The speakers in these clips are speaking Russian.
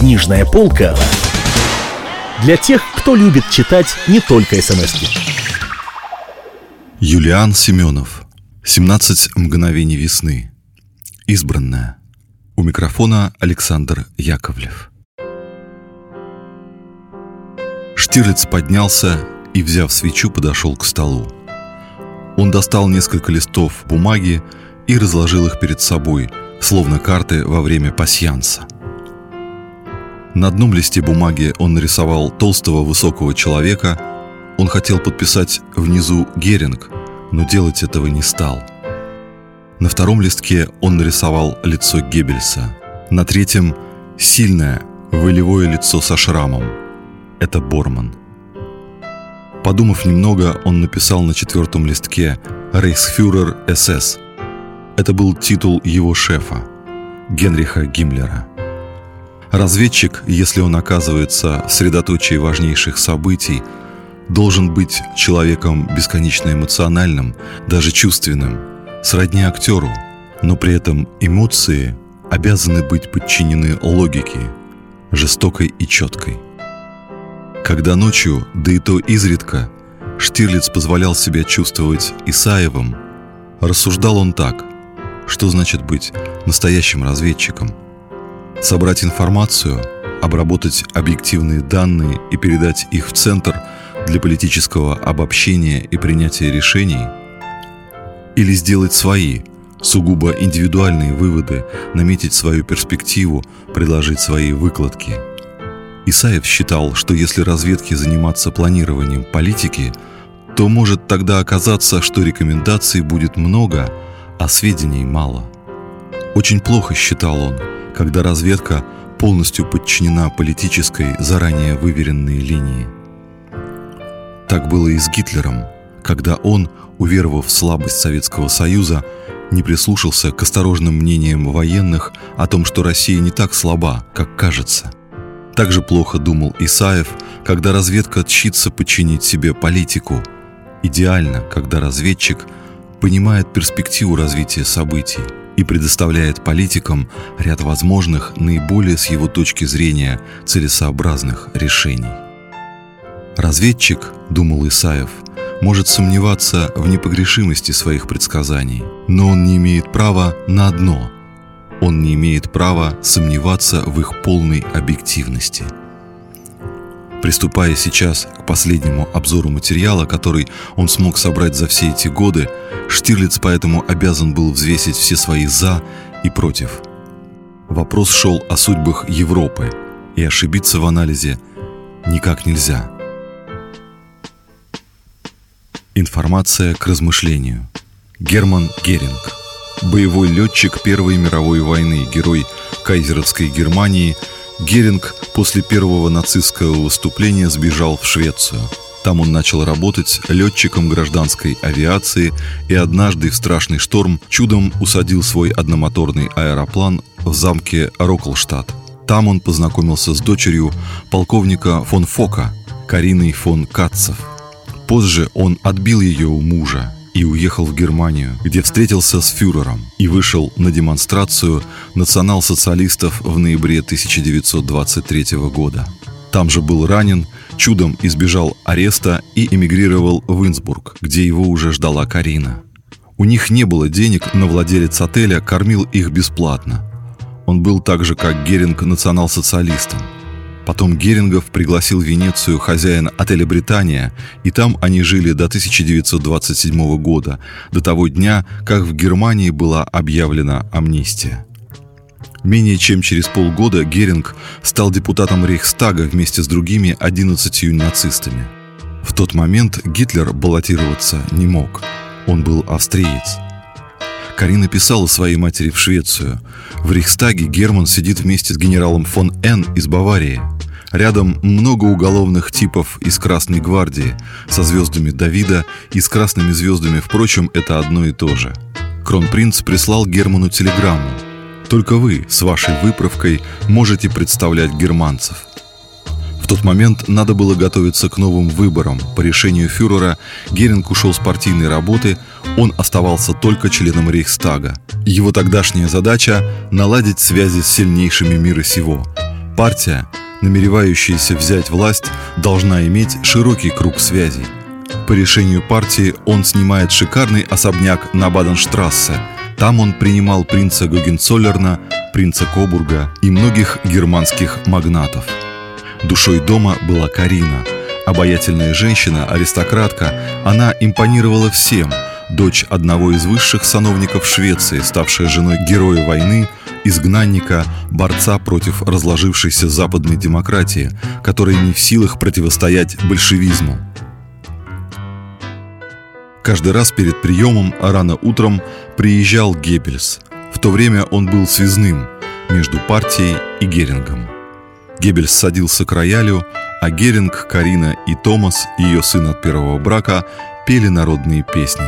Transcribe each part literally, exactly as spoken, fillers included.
Книжная полка для тех, кто любит читать не только смс-ки. Юлиан Семенов. семнадцать мгновений весны. Избранная. У микрофона Александр Яковлев. Штирлиц поднялся и, взяв свечу, подошел к столу. Он достал несколько листов бумаги и разложил их перед собой, словно карты во время пасьянса. На одном листе бумаги он нарисовал толстого высокого человека. Он хотел подписать внизу «Геринг», но делать этого не стал. На втором листке он нарисовал лицо Геббельса. На третьем – сильное, волевое лицо со шрамом. Это Борман. Подумав немного, он написал на четвертом листке «Рейхсфюрер СС». Это был титул его шефа, Генриха Гиммлера. Разведчик, если он оказывается в средоточии важнейших событий, должен быть человеком бесконечно эмоциональным, даже чувственным, сродни актеру, но при этом эмоции обязаны быть подчинены логике, жестокой и четкой. Когда ночью, да и то изредка, Штирлиц позволял себя чувствовать Исаевым, рассуждал он так: что значит быть настоящим разведчиком? Собрать информацию, обработать объективные данные и передать их в центр для политического обобщения и принятия решений? Или сделать свои, сугубо индивидуальные выводы, наметить свою перспективу, предложить свои выкладки? Исаев считал, что если разведке заниматься планированием политики, то может тогда оказаться, что рекомендаций будет много, а сведений мало. Очень плохо, считал он, когда разведка полностью подчинена политической, заранее выверенной линии. Так было и с Гитлером, когда он, уверовав в слабость Советского Союза, не прислушался к осторожным мнениям военных о том, что Россия не так слаба, как кажется. Так же плохо думал Исаев, когда разведка тщится подчинить себе политику. Идеально, когда разведчик понимает перспективу развития событий и предоставляет политикам ряд возможных, наиболее с его точки зрения целесообразных решений. Разведчик, думал Исаев, может сомневаться в непогрешимости своих предсказаний, но он не имеет права на одно – он не имеет права сомневаться в их полной объективности. Приступая сейчас к последнему обзору материала, который он смог собрать за все эти годы, Штирлиц поэтому обязан был взвесить все свои «за» и «против». Вопрос шел о судьбах Европы, и ошибиться в анализе никак нельзя. Информация к размышлению. Герман Геринг. Боевой летчик Первой мировой войны, герой кайзеровской Германии, Геринг после первого нацистского выступления сбежал в Швецию. Там он начал работать летчиком гражданской авиации и однажды в страшный шторм чудом усадил свой одномоторный аэроплан в замке Роклштадт. Там он познакомился с дочерью полковника фон Фока, Кариной фон Катцев. Позже он отбил ее у мужа и уехал в Германию, где встретился с фюрером и вышел на демонстрацию национал-социалистов в ноябре тысяча девятьсот двадцать третьего года. Там же был ранен, чудом избежал ареста и эмигрировал в Инсбрук, где его уже ждала Карина. У них не было денег, но владелец отеля кормил их бесплатно. Он был так же, как Геринг, национал-социалистом. Потом Герингов пригласил в Венецию хозяина отеля «Британия», и там они жили до тысяча девятьсот двадцать седьмого года, до того дня, как в Германии была объявлена амнистия. Менее чем через полгода Геринг стал депутатом Рейхстага вместе с другими одиннадцатью нацистами. В тот момент Гитлер баллотироваться не мог. Он был австриец. Карина писала своей матери в Швецию: в Рейхстаге Герман сидит вместе с генералом фон Н из Баварии. Рядом много уголовных типов из Красной гвардии со звездами Давида и с красными звездами, впрочем, это одно и то же. Кронпринц прислал Герману телеграмму: только вы с вашей выправкой можете представлять германцев. В тот момент надо было готовиться к новым выборам. По решению фюрера Геринг ушел с партийной работы, он оставался только членом Рейхстага. Его тогдашняя задача – наладить связи с сильнейшими мира сего. Партия, намеревающаяся взять власть, должна иметь широкий круг связей. По решению партии он снимает шикарный особняк на Баденштрассе. Там он принимал принца Гогенцоллерна, принца Кобурга и многих германских магнатов. Душой дома была Карина. Обаятельная женщина, аристократка, она импонировала всем. Дочь одного из высших сановников Швеции, ставшая женой героя войны, изгнанника, борца против разложившейся западной демократии, которая не в силах противостоять большевизму. Каждый раз перед приемом рано утром приезжал Геббельс. В то время он был связным между партией и Герингом. Геббельс садился к роялю, а Геринг, Карина и Томас, ее сын от первого брака, пели народные песни.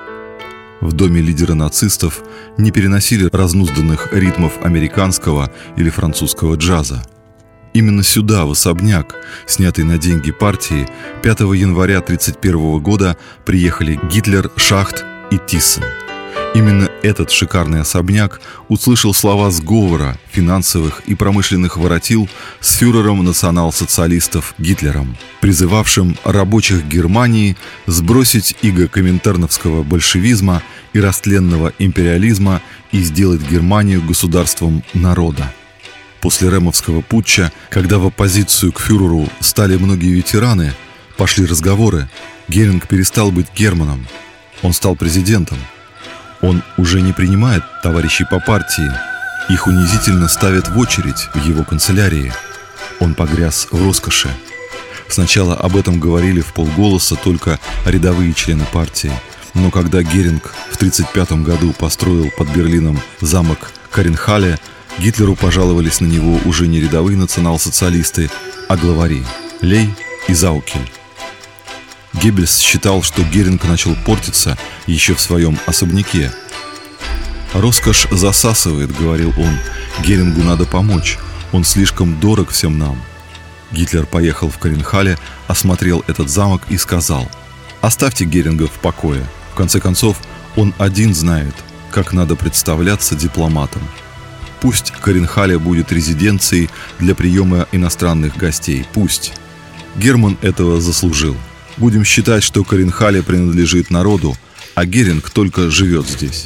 В доме лидера нацистов не переносили разнузданных ритмов американского или французского джаза. Именно сюда, в особняк, снятый на деньги партии, пятого января тысяча девятьсот тридцать первого года приехали Гитлер, Шахт и Тиссен. Именно этот шикарный особняк услышал слова сговора финансовых и промышленных воротил с фюрером национал-социалистов Гитлером, призывавшим рабочих Германии сбросить иго коминтерновского большевизма и растленного империализма и сделать Германию государством народа. После Ремовского путча, когда в оппозицию к фюреру стали многие ветераны, пошли разговоры, Геринг перестал быть Германом. Он стал президентом. Он уже не принимает товарищей по партии. Их унизительно ставят в очередь в его канцелярии. Он погряз в роскоши. Сначала об этом говорили вполголоса только рядовые члены партии. Но когда Геринг в тридцать пятом году построил под Берлином замок Каренхале, Гитлеру пожаловались на него уже не рядовые национал-социалисты, а главари Лей и Заукель. Геббельс считал, что Геринг начал портиться еще в своем особняке. «Роскошь засасывает», — говорил он, — «Герингу надо помочь, он слишком дорог всем нам». Гитлер поехал в Каренхале, осмотрел этот замок и сказал: «Оставьте Геринга в покое. В конце концов, он один знает, как надо представляться дипломатом. Пусть Каренхале будет резиденцией для приема иностранных гостей. Пусть. Герман этого заслужил. Будем считать, что Каренхале принадлежит народу, а Геринг только живет здесь».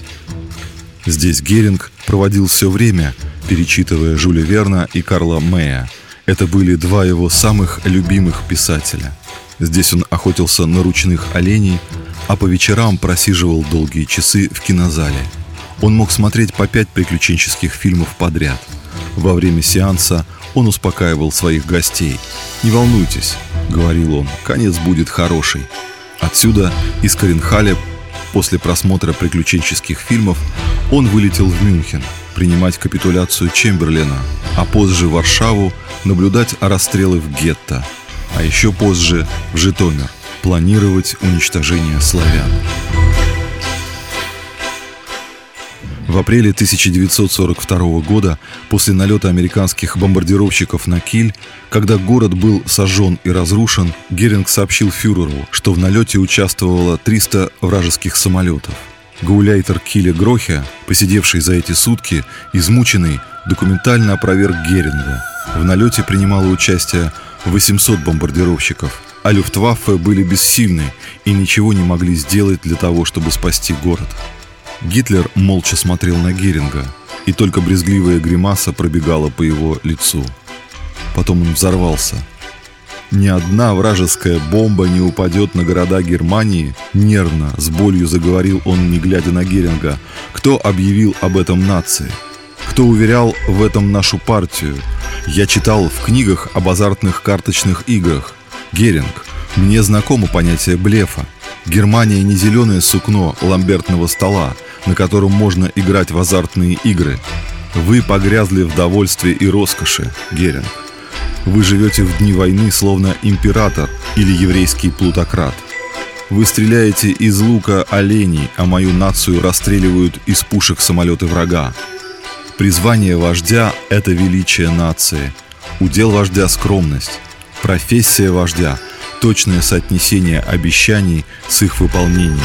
Здесь Геринг проводил все время, перечитывая Жюля Верна и Карла Мэя. Это были два его самых любимых писателя. Здесь он охотился на ручных оленей, а по вечерам просиживал долгие часы в кинозале. Он мог смотреть по пять приключенческих фильмов подряд. Во время сеанса он успокаивал своих гостей. «Не волнуйтесь», — говорил он, — «конец будет хороший». Отсюда, из Каренхале, после просмотра приключенческих фильмов, он вылетел в Мюнхен принимать капитуляцию Чемберлена, а позже в Варшаву наблюдать расстрелы в гетто, а еще позже в Житомир планировать уничтожение славян. В апреле тысяча девятьсот сорок второго года, после налета американских бомбардировщиков на Киль, когда город был сожжен и разрушен, Геринг сообщил фюреру, что в налете участвовало триста вражеских самолетов. Гауляйтер Киля Грохе, посидевший за эти сутки, измученный, документально опроверг Геринга. В налете принимало участие восемьсот бомбардировщиков, а Люфтваффе были бессильны и ничего не могли сделать для того, чтобы спасти город. Гитлер молча смотрел на Геринга, и только брезгливая гримаса пробегала по его лицу. Потом он взорвался. «Ни одна вражеская бомба не упадет на города Германии», — нервно, с болью заговорил он, не глядя на Геринга. «Кто объявил об этом нации? Кто уверял в этом нашу партию? Я читал в книгах об азартных карточных играх. Геринг, мне знакомо понятие блефа. Германия не зеленое сукно ламбертного стола, на котором можно играть в азартные игры. Вы погрязли в довольстве и роскоши, Геринг. Вы живете в дни войны, словно император или еврейский плутократ. Вы стреляете из лука оленей, а мою нацию расстреливают из пушек самолеты врага. Призвание вождя – это величие нации. Удел вождя – скромность. Профессия вождя – точное соотнесение обещаний с их выполнением».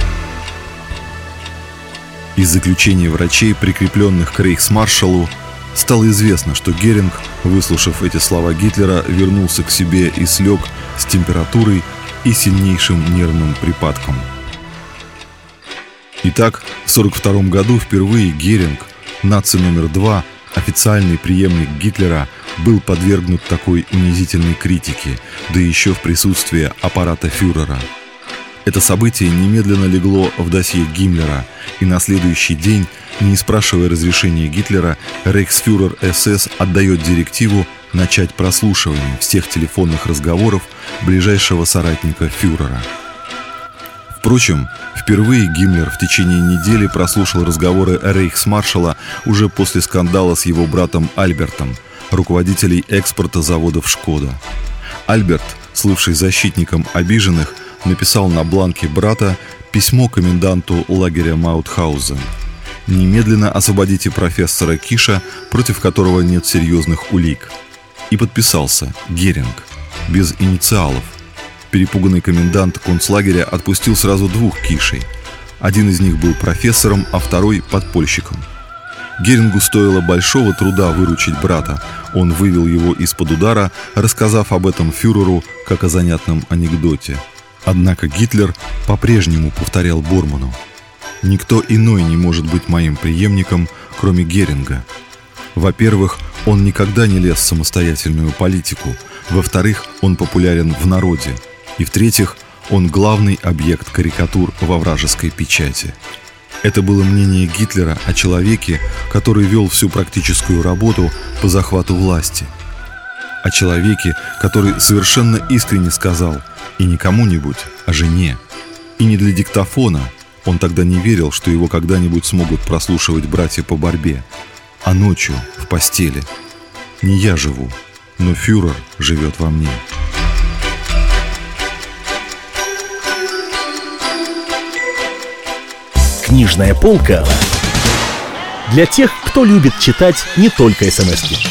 Из заключения врачей, прикрепленных к рейхсмаршалу, Стало известно, что Геринг, выслушав эти слова Гитлера, вернулся к себе и слег с температурой и сильнейшим нервным припадком. Итак, в сорок втором году впервые Геринг, наци номер два, официальный преемник Гитлера, был подвергнут такой унизительной критике, да еще в присутствии аппарата фюрера. Это событие немедленно легло в досье Гиммлера, и на следующий день, не спрашивая разрешения Гитлера, рейхсфюрер СС отдает директиву начать прослушивание всех телефонных разговоров ближайшего соратника фюрера. Впрочем, впервые Гиммлер в течение недели прослушал разговоры рейхсмаршала уже после скандала с его братом Альбертом, руководителей экспорта заводов «Шкода». Альберт, слывший защитником обиженных, написал на бланке брата письмо коменданту лагеря Маутхаузен: «Немедленно освободите профессора Киша, против которого нет серьезных улик». И подписался Геринг, без инициалов. Перепуганный комендант концлагеря отпустил сразу двух Кишей. Один из них был профессором, а второй – подпольщиком. Герингу стоило большого труда выручить брата. Он вывел его из-под удара, рассказав об этом фюреру как о занятном анекдоте. Однако Гитлер по-прежнему повторял Борману: «Никто иной не может быть моим преемником, кроме Геринга. Во-первых, он никогда не лез в самостоятельную политику. Во-вторых, он популярен в народе. И в-третьих, он главный объект карикатур во вражеской печати». Это было мнение Гитлера о человеке, который вел всю практическую работу по захвату власти. О человеке, который совершенно искренне сказал: и не кому-нибудь, а жене. И не для диктофона. Он тогда не верил, что его когда-нибудь смогут прослушивать братья по борьбе. А ночью, в постели. Не я живу, но фюрер живет во мне. Книжная полка для тех, кто любит читать не только эс эм эски.